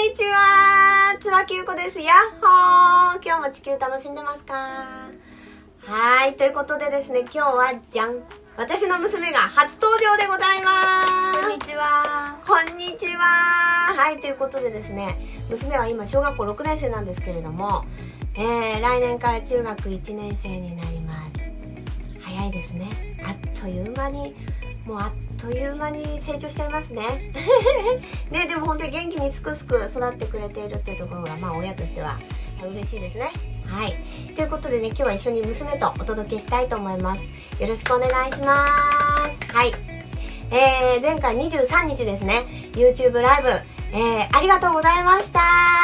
にちは、つわきゆこです。やっほー。今日も地球楽しんでますか？はい、ということでですね、今日はじゃん、私の娘が初登場でございます。 こんにちは。 こんにちは。はい、ということでですね、娘は今小学校6年生なんですけれども、来年から中学1年生になります。早いですね。あっという間に、もうあっという間に成長しちゃいますね。ね、でも本当に元気にすくすく育ってくれているっていうところが、まあ親としては嬉しいですね。はい。ということでね、今日は一緒に娘とお届けしたいと思います。よろしくお願いします。はい。前回23日ですね、YouTube ライブ、ありがとうございました。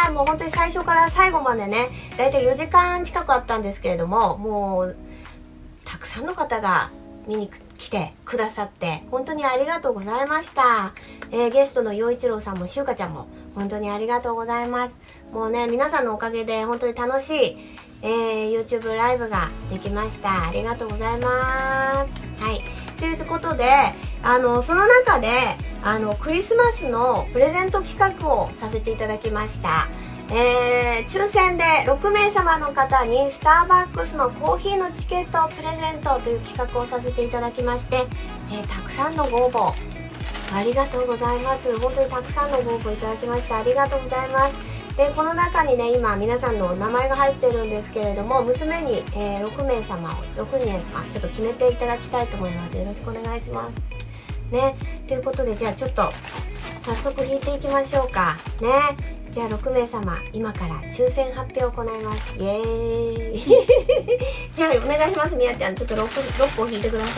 もう本当に最初から最後までね、だいたい4時間近くあったんですけれども、もう、たくさんの方が見に来てくださって本当にありがとうございました。ゲストの陽一郎さんもしゅうかちゃんも本当にありがとうございます。もうね、皆さんのおかげで本当に楽しい、YouTube ライブができました。ありがとうございます。はい。ということで、その中でクリスマスのプレゼント企画をさせていただきました。抽選で6名様の方にスターバックスのコーヒーのチケットをプレゼントという企画をさせていただきまして、たくさんのご応募ありがとうございます。本当にたくさんのご応募いただきましてありがとうございます。で、この中にね、今皆さんの名前が入ってるんですけれども、娘に、6名様を6人様ちょっと決めていただきたいと思います。よろしくお願いしますね。ということで、じゃあちょっと早速引いていきましょうかね。じゃあ6名様、今から抽選発表を行います。イエーイじゃあお願いします。みやちゃん、ちょっと 6個引いてくださ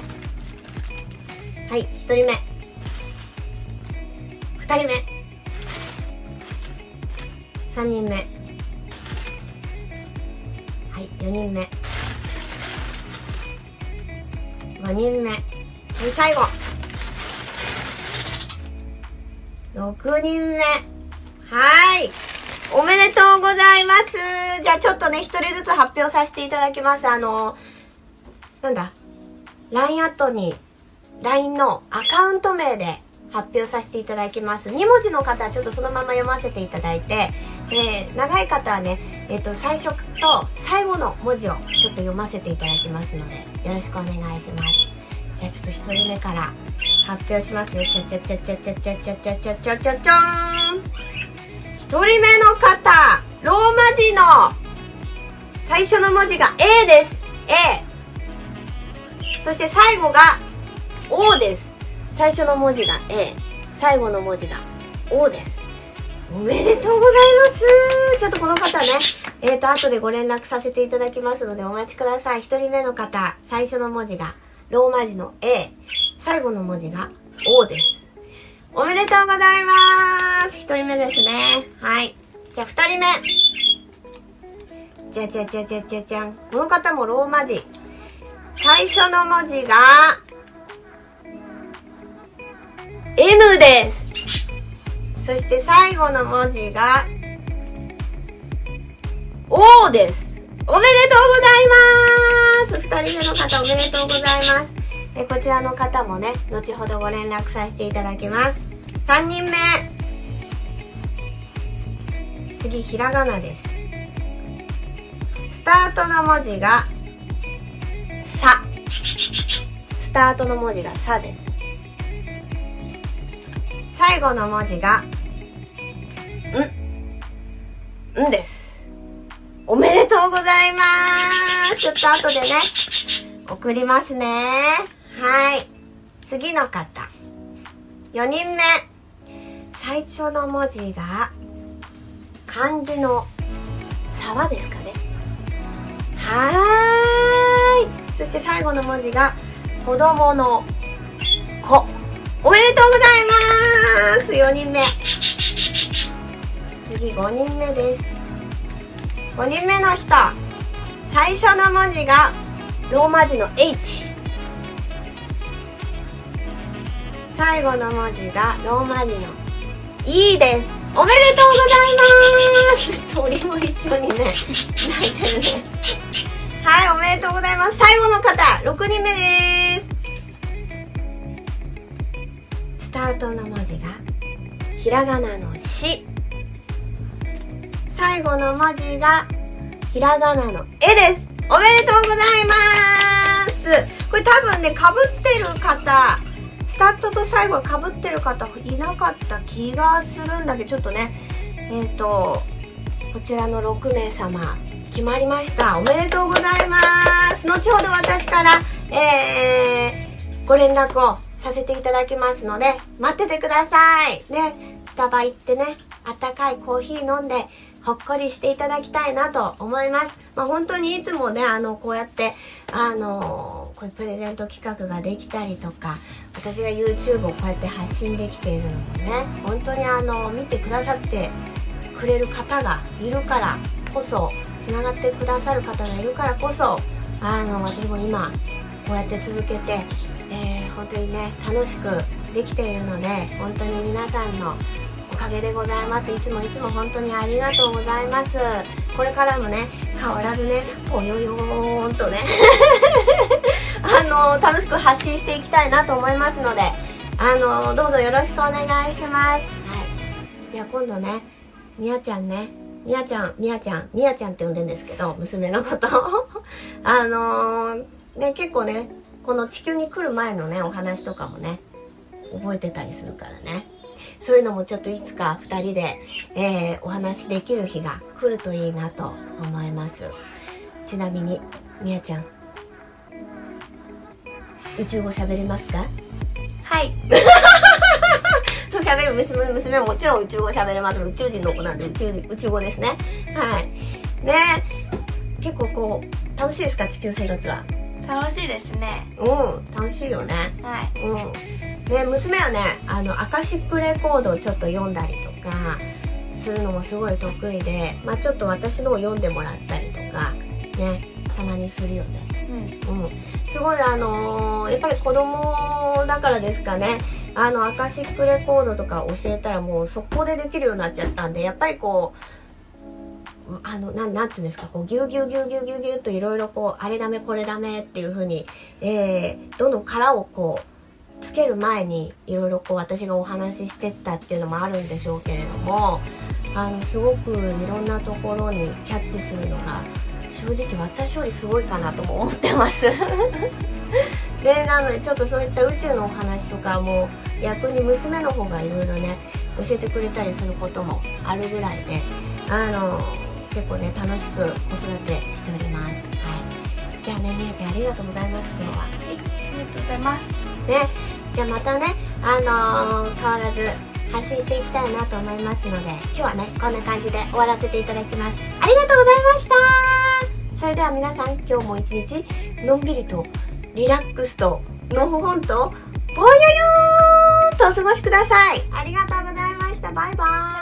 い。はい、1人目、2人目、3人目、はい、4人目、5人目、はい、最後6人目。はい。おめでとうございます。じゃあちょっとね、一人ずつ発表させていただきます。なんだ、LINE アットに、LINE のアカウント名で発表させていただきます。2文字の方はちょっとそのまま読ませていただいて、長い方はね、最初と最後の文字をちょっと読ませていただきますので、よろしくお願いします。じゃあちょっと1人目から発表しますよ。ちゃちゃちゃちゃちゃちゃちゃちゃちゃちゃちゃちゃーん。1人目の方、ローマ字の最初の文字が A です。 A。 そして最後が O です。最初の文字が A、 最後の文字が O です。おめでとうございます。ちょっとこの方ね、後でご連絡させていただきますのでお待ちください。1人目の方、最初の文字がローマ字の A、 最後の文字が O です。おめでとうございます。1人目ですね。はい。じゃあ2人目。じゃじゃじゃじゃじゃじゃん。この方もローマ字。最初の文字が M です。そして最後の文字が O です。おめでとうございます。2人目の方おめでとうございます。こちらの方もね、後ほどご連絡させていただきます。3人目。次、ひらがなです。スタートの文字がさ。スタートの文字がさです。最後の文字がんです。おめでとうございます。ちょっと後でね、送りますね。はい。次の方。4人目。最初の文字が漢字の沢ですかね。はーい。そして最後の文字が子供の子。おめでとうございます。4人目。次5人目です。5人目の人。最初の文字がローマ字の H。最後の文字がローマ字の E です。おめでとうございます。鳥も一緒にね、泣いてるね。はい、おめでとうございます。最後の方、6人目です。スタートの文字がひらがなのし。 最後の文字がひらがなの絵です。おめでとうございます。これ多分ね、かぶってる方、スタートと最後かぶってる方いなかった気がするんだけど、ちょっとね、こちらの6名様決まりました。おめでとうございます。後ほど私から、ご連絡をさせていただきますので、待っててください。ね、スタバ行ってね、あったかいコーヒー飲んで、ほっこりしていただきたいなと思います。本当にいつもね、こうやって、こういうプレゼント企画ができたりとか、私が YouTube をこうやって発信できているのもね、本当に見てくださってくれる方がいるからこそ、つながってくださる方がいるからこそ、私も今こうやって続けて、本当にね、楽しくできているので、本当に皆さんのおかげでございます。いつも本当にありがとうございます。これからもね、変わらずね、ぽよよーんとね楽しく発信していきたいなと思いますので、どうぞよろしくお願いします。はい。では今度ね、みやちゃんって呼んでんですけど、娘のことね、結構ね、この地球に来る前のね、お話とかもね、覚えてたりするからね、そういうのもちょっといつか2人で、お話できる日が来るといいなと思います。ちなみにみやちゃん、宇宙語喋れますか？ はいそう、喋る娘はもちろん宇宙語喋れます。宇宙人の子なんで宇宙語ですね。はいね。結構こう楽しいですか？地球生活は。 楽しいですね。 楽しいよね。 はい。 ね、娘はね、アカシックレコードをちょっと読んだりとかするのもすごい得意で、ちょっと私のを読んでもらったりとかね、たまにするよね。すごいやっぱり子供だからですかね、アカシックレコードとか教えたらもう速攻でできるようになっちゃったんで、やっぱりこうなんていうんですか、こうギュギュっといろいろこう、あれダメこれダメっていう風に、どんどん殻をこうつける前にいろいろこう私がお話ししてったっていうのもあるんでしょうけれども、すごくいろんなところにキャッチするのが正直私よりすごいかなとも思ってますで、なのでちょっとそういった宇宙のお話とかも逆に娘の方がいろいろね教えてくれたりすることもあるぐらいで、結構ね楽しく子育てしております。はい。じゃあね、みやちゃんありがとうございます。今日は。 はい、ありがとうございます。 ね、じゃあまたね、変わらず発信していきたいなと思いますので、今日はねこんな感じで終わらせていただきます。ありがとうございました。それでは皆さん、今日も一日のんびりとリラックスとのほほんとぽよよーんとお過ごしください。ありがとうございました。バイバーイ。